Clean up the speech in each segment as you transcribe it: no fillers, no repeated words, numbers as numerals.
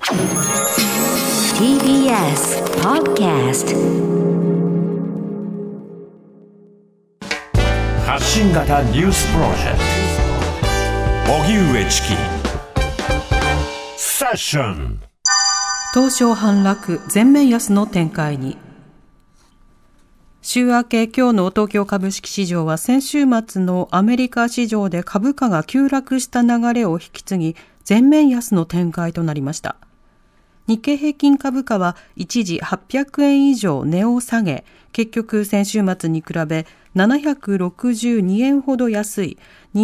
TBS Podcast 発信型ニュースプロジェクト荻上チキセッション。 東証反落、全面安の展開に。週明け今日の東京株式市場は先週末のアメリカ市場で株価が急落した流れを引き継ぎ、全面安の展開となりました。日経平均株価は一時800円以上値を下げ、結局先週末に比べ762円ほど安い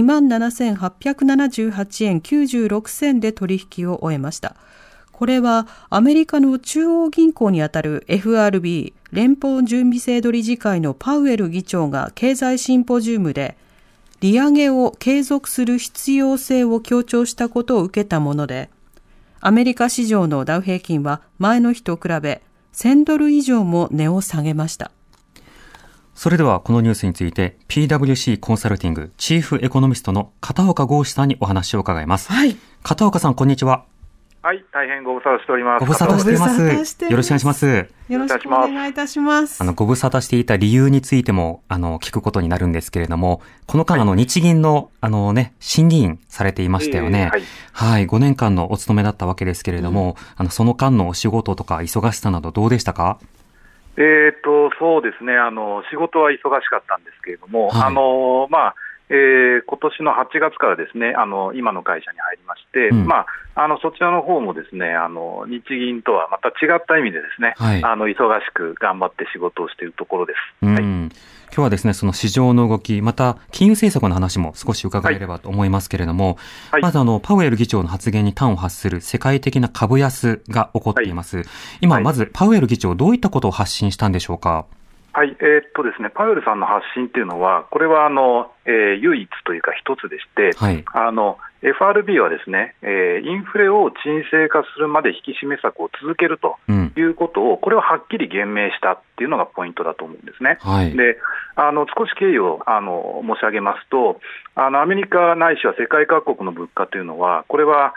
27,878 円96銭で取引を終えました。これはアメリカの中央銀行にあたる FRB 連邦準備制度理事会のパウエル議長が経済シンポジウムで利上げを継続する必要性を強調したことを受けたもので、アメリカ市場のダウ平均は前の日と比べ1000ドル以上も値を下げました。 それではこのニュースについて PwC コンサルティングチーフエコノミストの片岡剛志さんにお話を伺います。はい、片岡さん、こんにちは。 はい、大変ご無沙汰しております。 ご無沙汰しています。よろしくお願いします。 よろしくお願いいたします。 ご無沙汰していた理由についても聞くことになるんですけれども、この間日銀の審議員されていましたよね。はい、5年間のお勤めだったわけですけれども、その間のお仕事とか忙しさなどどうでしたか？ そうですね、仕事は忙しかったんですけれども、はい、今年の8月からですね、今の会社に入りまして、そちらの方もですね、日銀とはまた違った意味でですね、はい、忙しく頑張って仕事をしているところです。はい、 今日はですね、その市場の動き、また金融政策の話も少し伺えればと思いますけれども、はい、まずパウエル議長の発言に端を発する世界的な株安が起こっています。はい、今、まずパウエル議長、どういったことを発信したんでしょうか？ はい、ですね、パウエルさんの発信というのは、これは唯一というか一つでして、はい、FRB はですね、インフレを沈静化するまで引き締め策を続けるということを、これをはっきり言明したっていうのがポイントだと思うんですね。はい、で、少し経緯を申し上げますと、アメリカないしは世界各国の物価というのは、これは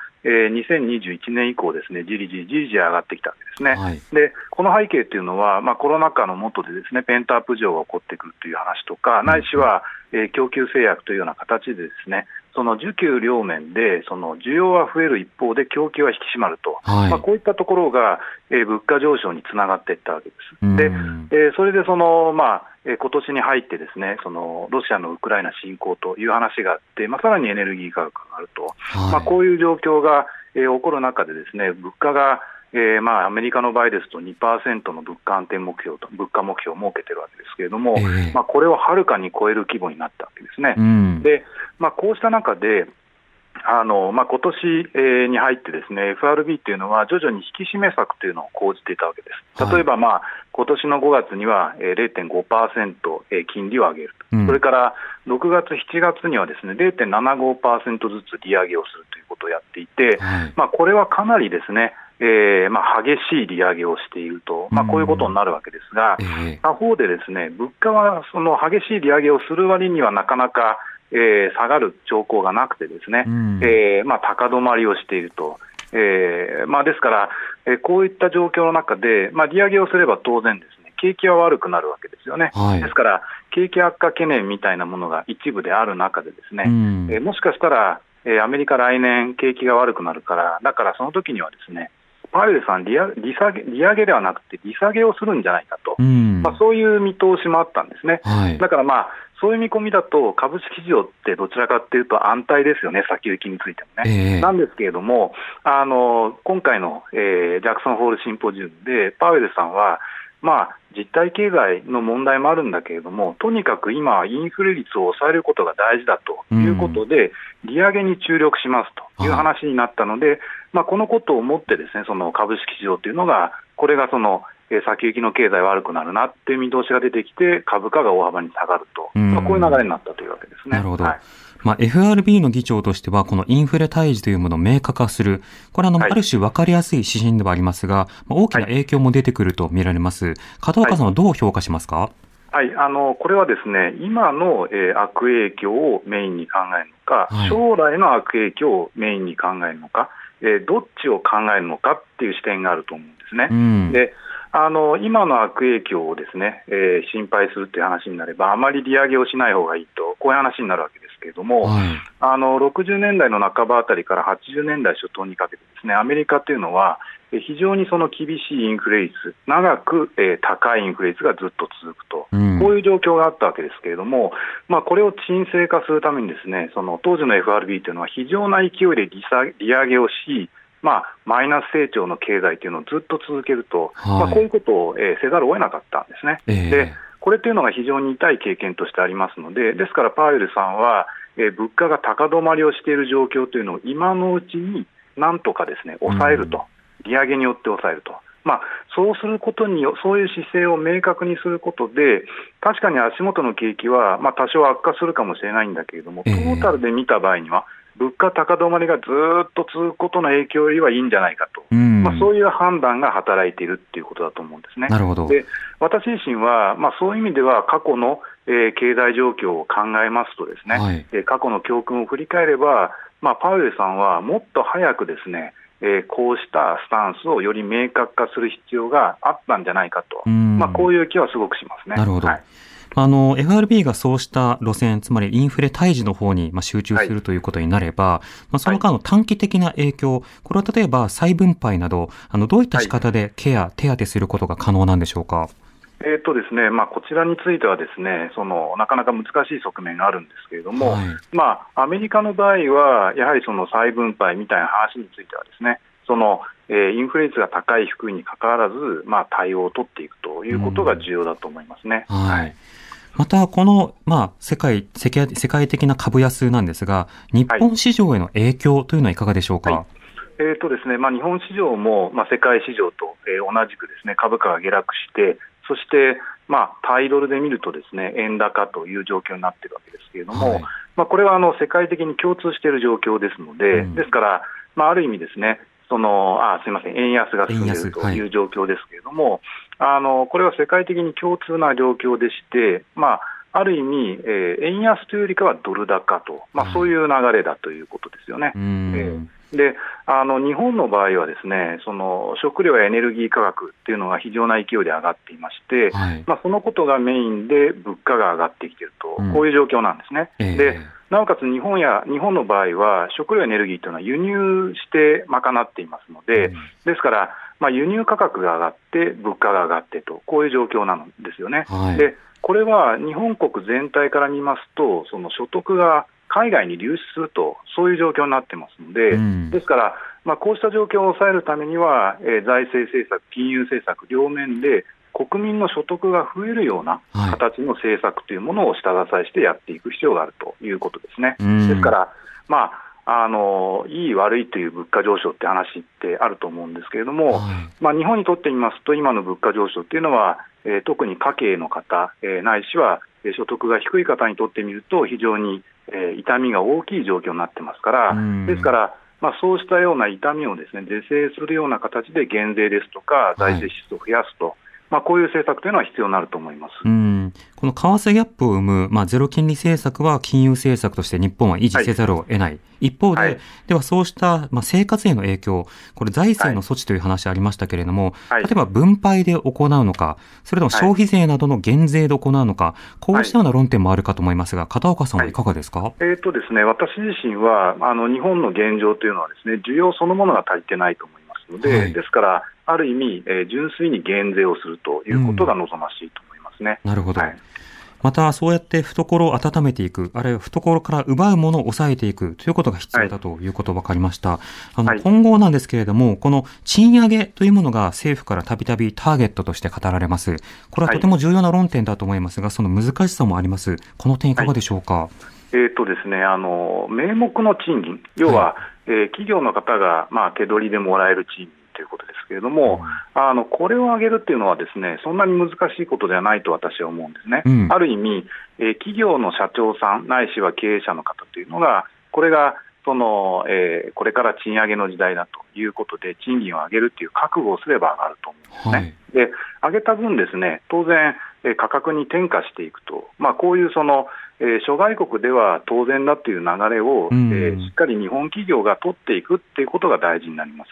2021年以降ですね、じりじり上がってきたわけですね。はい、で、この背景というのは、コロナ禍の下でですね、ペンタープ状が起こってくるという話とか、ないしは、供給制約というような形でですね、その需給両面でその需要は増える一方で供給は引き締まると、はい、こういったところが、物価上昇につながっていったわけです。で、それで今年に入ってですね、そのロシアのウクライナ侵攻という話があって、さらにエネルギー価格が上がると、はい、こういう状況が、起こる中でですね、物価がアメリカの場合ですと 2% の物価安定目標と物価目標を設けているわけですけれども、これをはるかに超える規模になったわけですね。で、こうした中で今年に入ってですね、 FRB というのは徐々に引き締め策というのを講じていたわけです。例えば、今年の5月には 0.5% 金利を上げると、それから6月7月にはですね 0.75% ずつ利上げをするということをやっていて、これはかなりですね、激しい利上げをしていると、こういうことになるわけですが、他方でですね、物価はその激しい利上げをする割にはなかなか下がる兆候がなくてですね、高止まりをしていると、ですから、こういった状況の中で、利上げをすれば当然ですね、景気は悪くなるわけですよね。はい、ですから景気悪化懸念みたいなものが一部である中でですね、もしかしたら、アメリカ来年景気が悪くなるから、だからその時にはですね、パウエルさん利上げではなくて利下げをするんじゃないかと、そういう見通しもあったんですね。はい、だからそういう見込みだと株式市場ってどちらかというと安泰ですよね、先行きについてもね。なんですけれども、今回の、ジャクソンホールシンポジウムでパウエルさんは、実体経済の問題もあるんだけれども、とにかく今はインフレ率を抑えることが大事だということで、利上げに注力しますという話になったので、このことをもってですね、その株式市場というのが、これがその先行きの経済悪くなるなっていう見通しが出てきて、株価が大幅に下がると、こういう流れになったというわけですね。 なるほど。FRB の議長としては、このインフレ退治というものを明確化する。これある種分かりやすい指針ではありますが、大きな影響も出てくると見られます。片岡さんはどう評価しますか？ はい、これはですね、今の、悪影響をメインに考えるのか、将来の悪影響をメインに考えるのか、 どっちを考えるのかっていう視点があると思うんですね。で今の悪影響をですね、心配するという話になれば、あまり利上げをしない方がいいと、こういう話になるわけですけれども、60年代の半ばあたりから80年代初頭にかけてですね、アメリカというのは非常にその厳しいインフレ率、長く高いインフレ率がずっと続くと、こういう状況があったわけですけれども、これを沈静化するためにですね、その当時の FRB というのは非常な勢いで利上げをし、マイナス成長の経済というのをずっと続けると、こういうことをせざるを得なかったんですね。でこれというのが非常に痛い経験としてありますので、ですからパウエルさんは物価が高止まりをしている状況というのを今のうちになんとかですね抑えると、利上げによって抑えると、そうすることにそういう姿勢を明確にすることで、確かに足元の景気は多少悪化するかもしれないんだけれども、トータルで見た場合には物価高止まりがずっと続くことの影響よりはいいんじゃないかと、そういう判断が働いているということだと思うんですね。 なるほど。 で私自身は、そういう意味では過去の、経済状況を考えますとですね、過去の教訓を振り返れば、パウエルさんはもっと早くですね、こうしたスタンスをより明確化する必要があったんじゃないかと、こういう気はすごくしますね。 なるほど。FRB がそうした路線、つまりインフレ退治の方に集中するということになれば、その間の短期的な影響、これは例えば再分配など、どういった仕方で手当てすることが可能なんでしょうか。 ですね、こちらについてはですね、なかなか難しい側面があるんですけれども、アメリカの場合は、やはりその再分配みたいな話についてはですね、インフレ率が高い低いにかかわらず、対応を取っていくということが重要だと思いますね。 また、この、世界的な株安なんですが、日本市場への影響というのはいかがでしょうか。 ですね、日本市場も、世界市場と、同じくですね、株価が下落して、そして、対ドルで見るとですね、円高という状況になっているわけですけれども、これは世界的に共通している状況ですので、ですから、ある意味ですね、すみません、円安が進んでいるという状況ですけれども、これは世界的に共通な状況でして、ある意味、円安というよりかはドル高と、そういう流れだということですよね。で日本の場合はですね、食料やエネルギー価格っていうのが非常な勢いで上がっていまして、そのことがメインで物価が上がってきていると、こういう状況なんですね。でなおかつ日本の場合は食料エネルギーというのは輸入して賄っていますので、ですから、輸入価格が上がって物価が上がってと、こういう状況なんですよね。でこれは日本国全体から見ますと、所得が海外に流出すると、そういう状況になってますので、ですから、こうした状況を抑えるためには、財政政策、金融政策両面で国民の所得が増えるような形の政策というものを下支えしてやっていく必要があるということですね。ですから、いい悪いという物価上昇って話ってあると思うんですけれども、日本にとってみますと、今の物価上昇というのは、特に家計の方、ないしは所得が低い方にとってみると非常に痛みが大きい状況になってますから、ですから、そうしたような痛みをですね、是正するような形で減税ですとか財政支出を増やすと、こういう政策というのは必要になると思います。 この為替ギャップを生む、ゼロ金利政策は金融政策として日本は維持せざるを得ない。一方で、ではそうした、生活への影響、これ財政の措置という話ありましたけれども、例えば分配で行うのか、それとも消費税などの減税で行うのか、こうしたような論点もあるかと思いますが、片岡さんはいかがですか。 ですね、私自身は日本の現状というのはですね、需要そのものが足りてないと思いますので、ですからある意味、純粋に減税をするということが望ましいと思いますね。 なるほど。またそうやって懐を温めていく、あるいは懐から奪うものを抑えていくということが必要だということが分かりました。今後なんですけれども、この賃上げというものが政府からたびたびターゲットとして語られます。これはとても重要な論点だと思いますが、その難しさもあります。この点いかがでしょうか。 ですね、名目の賃金、要は、企業の方が手取りでもらえる賃金ということですけれども、これを上げるというのはですね、そんなに難しいことではないと私は思うんですね。ある意味、企業の社長さんないしは経営者の方というのが、これがこれから賃上げの時代だということで賃金を上げるという覚悟をすれば上がると思うんですね。で上げた分ですね、当然価格に転嫁していくと、こういう諸外国では当然だという流れを、しっかり日本企業が取っていくっていうことが大事になります。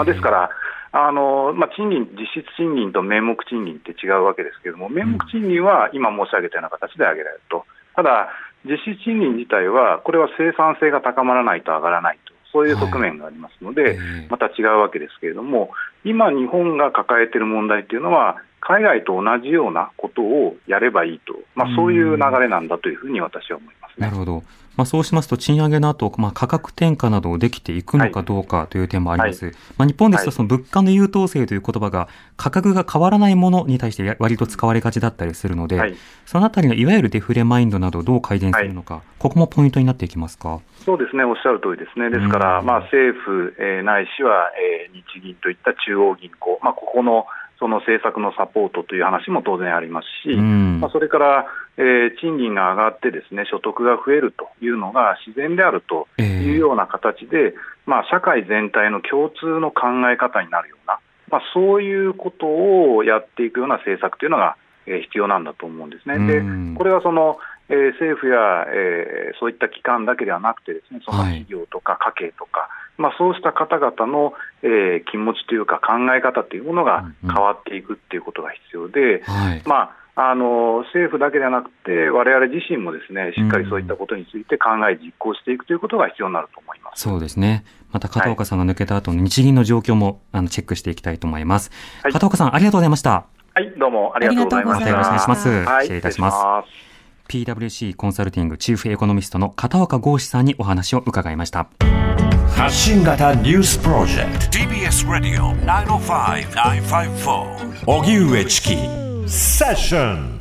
ですから賃金、実質賃金と名目賃金って違うわけですけれども、名目賃金は今申し上げたような形で上げられると。ただ実質賃金自体はこれは生産性が高まらないと上がらないと、そういう側面がありますので、また違うわけですけれども、今日本が抱えている問題というのは海外と同じようなことをやればいいと、そういう流れなんだというふうに私は思いますね。 なるほど。そうしますと賃上げの後、価格転嫁などをできていくのかどうかという点もあります。日本ですとその物価の優等生という言葉が価格が変わらないものに対して割と使われがちだったりするので、そのあたりのいわゆるデフレマインドなどをどう改善するのか、ここもポイントになっていきますか。 そうですね、おっしゃる通りですね。ですから、政府、ないしは、日銀といった中央銀行、ここのその政策のサポートという話も当然ありますし、それから、賃金が上がってですね、所得が増えるというのが自然であるというような形で、社会全体の共通の考え方になるような、そういうことをやっていくような政策というのが、必要なんだと思うんですね。で、これは政府や、そういった機関だけではなくてですね、その企業とか家計とか、そうした方々の、気持ちというか考え方というものが変わっていくということが必要で、政府だけではなくて我々自身もですね、しっかりそういったことについて考え実行していくということが必要になると思います。 そうですね。また片岡さんが抜けた後の日銀の状況もチェックしていきたいと思います。片岡さん、ありがとうございました。 はい、どうもありがとうございました。 またよろしくお願いします。失礼いたします。PwC コンサルティングチーフエコノミストの片岡剛志さんにお話を伺いました。 発信型ニュースプロジェクト TBS ラジオ905-954荻上チキセッション。